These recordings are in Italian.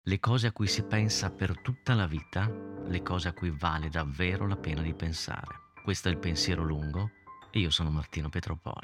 Le cose a cui si pensa per tutta la vita, le cose a cui vale davvero la pena di pensare. Questo è il pensiero lungo e io sono Martino Petropoli.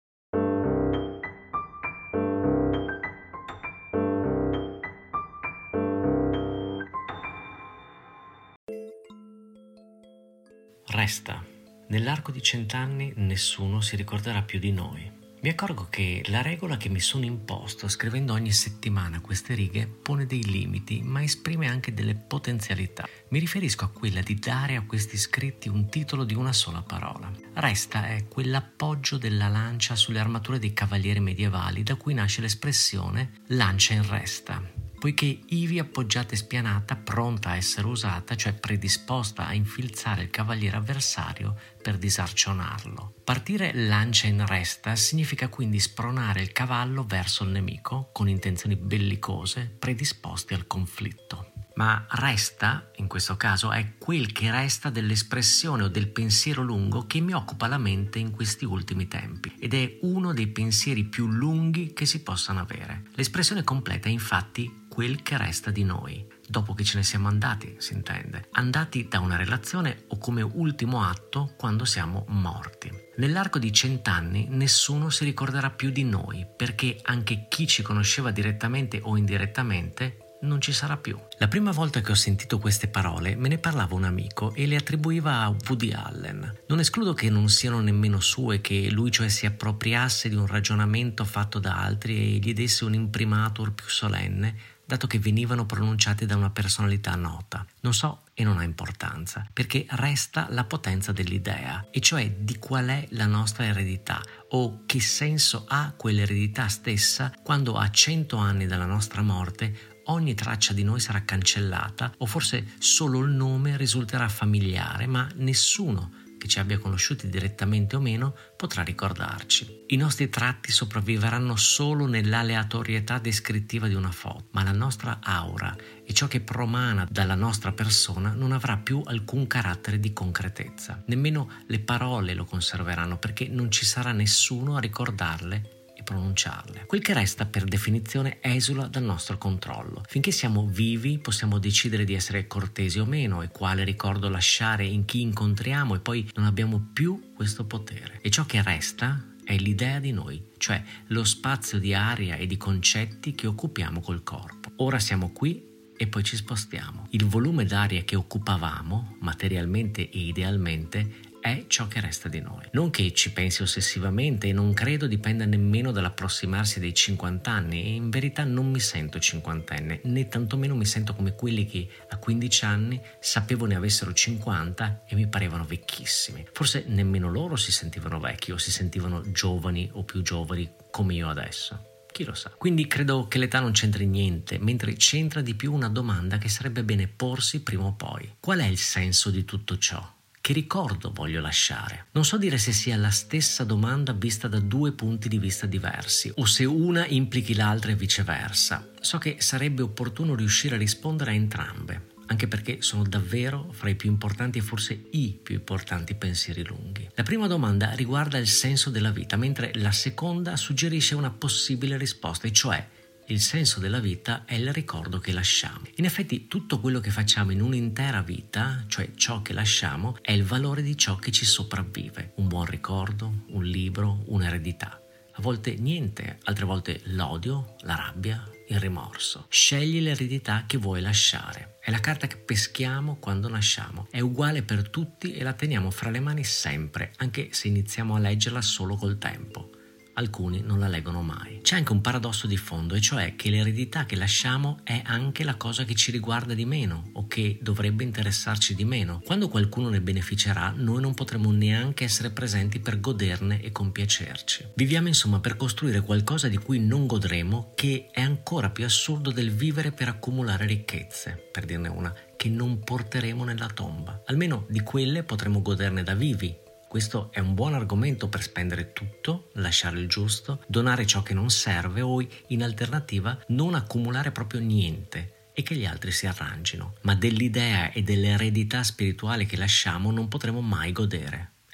Resta. Nell'arco di 100 anni nessuno si ricorderà più di noi. Mi accorgo che la regola che mi sono imposto scrivendo ogni settimana queste righe pone dei limiti, ma esprime anche delle potenzialità. Mi riferisco a quella di dare a questi scritti un titolo di una sola parola. Resta è quell'appoggio della lancia sulle armature dei cavalieri medievali da cui nasce l'espressione lancia in resta, poiché ivi appoggiata e spianata, pronta a essere usata, cioè predisposta a infilzare il cavaliere avversario per disarcionarlo. Partire lancia in resta significa quindi spronare il cavallo verso il nemico con intenzioni bellicose, predisposti al conflitto. Ma resta, in questo caso, è quel che resta dell'espressione o del pensiero lungo che mi occupa la mente in questi ultimi tempi ed è uno dei pensieri più lunghi che si possano avere. L'espressione completa è infatti quel che resta di noi, dopo che ce ne siamo andati, si intende, andati da una relazione o come ultimo atto quando siamo morti. Nell'arco di 100 anni nessuno si ricorderà più di noi, perché anche chi ci conosceva direttamente o indirettamente non ci sarà più. La prima volta che ho sentito queste parole me ne parlava un amico e le attribuiva a Woody Allen. Non escludo che non siano nemmeno sue, che lui cioè si appropriasse di un ragionamento fatto da altri e gli desse un imprimatur più solenne, dato che venivano pronunciati da una personalità nota. Non so e non ha importanza, perché resta la potenza dell'idea, e cioè di qual è la nostra eredità, o che senso ha quell'eredità stessa quando a 100 anni dalla nostra morte ogni traccia di noi sarà cancellata, o forse solo il nome risulterà familiare, ma nessuno che ci abbia conosciuti direttamente o meno potrà ricordarci. I nostri tratti sopravviveranno solo nell'aleatorietà descrittiva di una foto, ma la nostra aura e ciò che promana dalla nostra persona non avrà più alcun carattere di concretezza. Nemmeno le parole lo conserveranno, perché non ci sarà nessuno a ricordarle e pronunciarle. Quel che resta per definizione esula dal nostro controllo. Finché siamo vivi possiamo decidere di essere cortesi o meno e quale ricordo lasciare in chi incontriamo, e poi non abbiamo più questo potere. E ciò che resta è l'idea di noi, cioè lo spazio di aria e di concetti che occupiamo col corpo. Ora siamo qui e poi ci spostiamo. Il volume d'aria che occupavamo, materialmente e idealmente, è ciò che resta di noi. Non che ci pensi ossessivamente, e non credo dipenda nemmeno dall'approssimarsi dei 50 anni, e in verità non mi sento cinquantenne, né tantomeno mi sento come quelli che a 15 anni sapevo ne avessero 50 e mi parevano vecchissimi. Forse nemmeno loro si sentivano vecchi o si sentivano giovani o più giovani come io adesso. Chi lo sa? Quindi credo che l'età non c'entri niente, mentre c'entra di più una domanda che sarebbe bene porsi prima o poi. Qual è il senso di tutto ciò? Che ricordo voglio lasciare? Non so dire se sia la stessa domanda vista da due punti di vista diversi, o se una implichi l'altra e viceversa. So che sarebbe opportuno riuscire a rispondere a entrambe, anche perché sono davvero fra i più importanti e forse i più importanti pensieri lunghi. La prima domanda riguarda il senso della vita, mentre la seconda suggerisce una possibile risposta, e cioè il senso della vita è il ricordo che lasciamo. In effetti tutto quello che facciamo in un'intera vita, cioè ciò che lasciamo, è il valore di ciò che ci sopravvive. Un buon ricordo, un libro, un'eredità. A volte niente, altre volte l'odio, la rabbia, il rimorso. Scegli l'eredità che vuoi lasciare. È la carta che peschiamo quando nasciamo. È uguale per tutti e la teniamo fra le mani sempre, anche se iniziamo a leggerla solo col tempo. Alcuni non la leggono mai. C'è anche un paradosso di fondo, e cioè che l'eredità che lasciamo è anche la cosa che ci riguarda di meno o che dovrebbe interessarci di meno. Quando qualcuno ne beneficerà, noi non potremo neanche essere presenti per goderne e compiacerci. Viviamo insomma per costruire qualcosa di cui non godremo, che è ancora più assurdo del vivere per accumulare ricchezze, per dirne una, che non porteremo nella tomba. Almeno di quelle potremo goderne da vivi. Questo è un buon argomento per spendere tutto, lasciare il giusto, donare ciò che non serve o, in alternativa, non accumulare proprio niente e che gli altri si arrangino. Ma dell'idea e dell'eredità spirituale che lasciamo non potremo mai godere.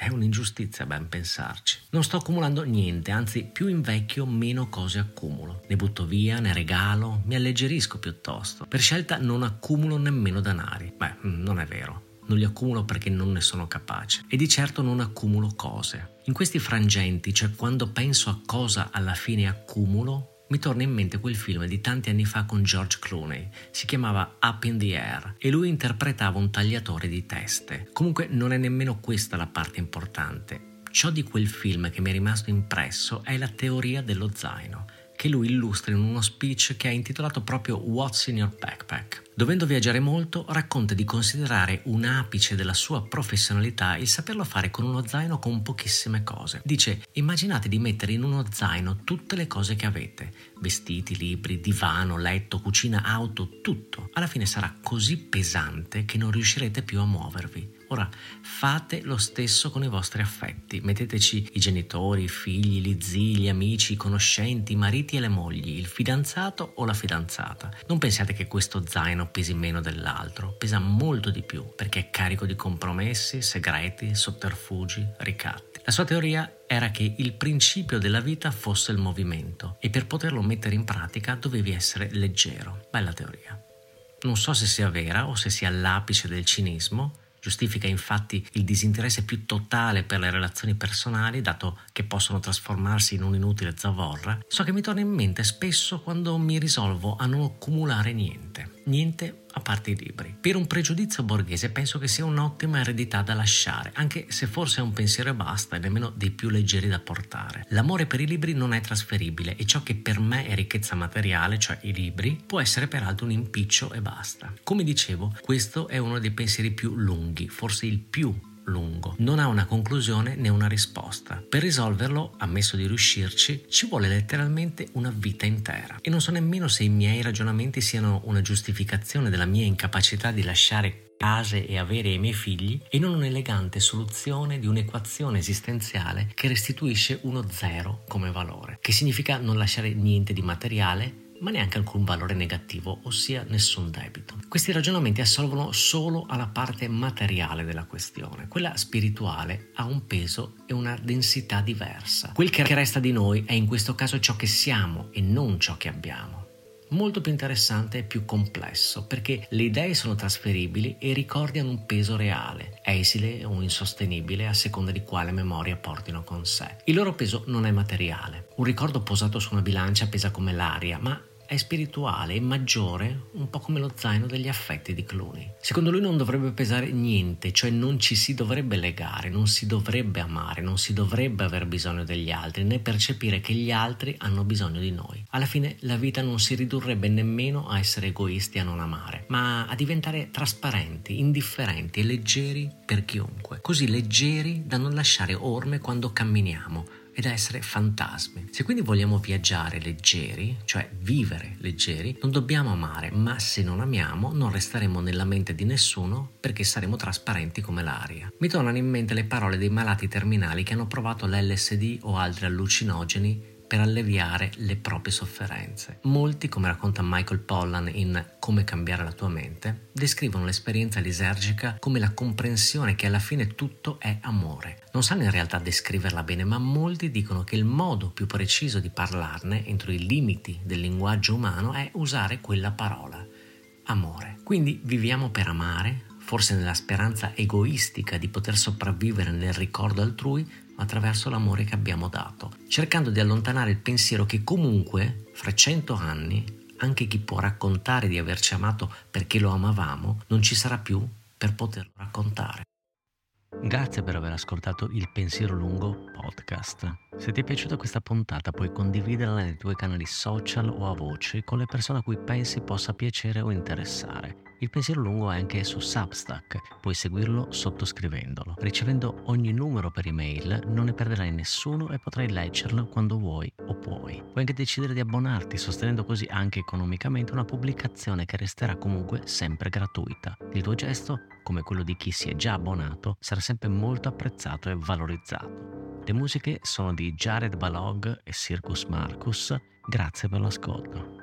È un'ingiustizia ben pensarci. Non sto accumulando niente, anzi più invecchio meno cose accumulo. Ne butto via, ne regalo, mi alleggerisco piuttosto. Per scelta non accumulo nemmeno denari. Non è vero. Non li accumulo perché non ne sono capace. E di certo non accumulo cose. In questi frangenti, cioè quando penso a cosa alla fine accumulo, mi torna in mente quel film di tanti anni fa con George Clooney. Si chiamava Up in the Air e lui interpretava un tagliatore di teste. Comunque non è nemmeno questa la parte importante. Ciò di quel film che mi è rimasto impresso è la teoria dello zaino, che lui illustra in uno speech che ha intitolato proprio What's in Your Backpack. Dovendo viaggiare molto, racconta di considerare un apice della sua professionalità il saperlo fare con uno zaino con pochissime cose. Dice: immaginate di mettere in uno zaino tutte le cose che avete, vestiti, libri, divano, letto, cucina, auto, tutto. Alla fine sarà così pesante che non riuscirete più a muovervi. Ora fate lo stesso con i vostri affetti, metteteci i genitori, i figli, gli zii, gli amici, i conoscenti, i mariti e le mogli, il fidanzato o la fidanzata. Non pensiate che questo zaino pesi meno dell'altro, pesa molto di più perché è carico di compromessi, segreti, sotterfugi, ricatti. La sua teoria era che il principio della vita fosse il movimento e per poterlo mettere in pratica dovevi essere leggero. Bella teoria. Non so se sia vera o se sia l'apice del cinismo. Giustifica infatti il disinteresse più totale per le relazioni personali, dato che possono trasformarsi in un'inutile zavorra. So che mi torna in mente spesso quando mi risolvo a non accumulare niente a parte i libri. Per un pregiudizio borghese penso che sia un'ottima eredità da lasciare, anche se forse è un pensiero e basta e nemmeno dei più leggeri da portare. L'amore per i libri non è trasferibile e ciò che per me è ricchezza materiale, cioè i libri, può essere peraltro un impiccio e basta. Come dicevo, questo è uno dei pensieri più lunghi, forse il più lungo. Non ha una conclusione né una risposta. Per risolverlo, ammesso di riuscirci, ci vuole letteralmente una vita intera. E non so nemmeno se i miei ragionamenti siano una giustificazione della mia incapacità di lasciare case e avere ai miei figli e non un'elegante soluzione di un'equazione esistenziale che restituisce uno zero come valore, che significa non lasciare niente di materiale ma neanche alcun valore negativo, ossia nessun debito. Questi ragionamenti assolvono solo alla parte materiale della questione. Quella spirituale ha un peso e una densità diversa. Quel che resta di noi è in questo caso ciò che siamo e non ciò che abbiamo. Molto più interessante e più complesso, perché le idee sono trasferibili e i ricordi hanno un peso reale, esile o insostenibile a seconda di quale memoria portino con sé. Il loro peso non è materiale. Un ricordo posato su una bilancia pesa come l'aria, ma è spirituale e maggiore, un po' come lo zaino degli affetti di Clooney. Secondo lui non dovrebbe pesare niente, cioè non ci si dovrebbe legare, non si dovrebbe amare, non si dovrebbe aver bisogno degli altri, né percepire che gli altri hanno bisogno di noi. Alla fine la vita non si ridurrebbe nemmeno a essere egoisti e a non amare, ma a diventare trasparenti, indifferenti e leggeri per chiunque. Così leggeri da non lasciare orme quando camminiamo, ed essere fantasmi. Se quindi vogliamo viaggiare leggeri, cioè vivere leggeri, non dobbiamo amare, ma se non amiamo non resteremo nella mente di nessuno perché saremo trasparenti come l'aria. Mi tornano in mente le parole dei malati terminali che hanno provato l'LSD o altri allucinogeni per alleviare le proprie sofferenze. Molti, come racconta Michael Pollan in Come cambiare la tua mente, descrivono l'esperienza lisergica come la comprensione che alla fine tutto è amore. Non sanno in realtà descriverla bene, ma molti dicono che il modo più preciso di parlarne, entro i limiti del linguaggio umano, è usare quella parola, amore. Quindi viviamo per amare, forse nella speranza egoistica di poter sopravvivere nel ricordo altrui, ma attraverso l'amore che abbiamo dato, cercando di allontanare il pensiero che comunque, fra 100 anni, anche chi può raccontare di averci amato perché lo amavamo, non ci sarà più per poterlo raccontare. Grazie per aver ascoltato il Pensiero Lungo podcast. Se ti è piaciuta questa puntata puoi condividerla nei tuoi canali social o a voce con le persone a cui pensi possa piacere o interessare. Il Pensiero Lungo è anche su Substack, puoi seguirlo sottoscrivendolo. Ricevendo ogni numero per email non ne perderai nessuno e potrai leggerlo quando vuoi o puoi. Puoi anche decidere di abbonarti, sostenendo così anche economicamente una pubblicazione che resterà comunque sempre gratuita. Il tuo gesto, come quello di chi si è già abbonato, sarà sempre molto apprezzato e valorizzato. Le musiche sono di Jared Balog e Circus Marcus. Grazie per l'ascolto.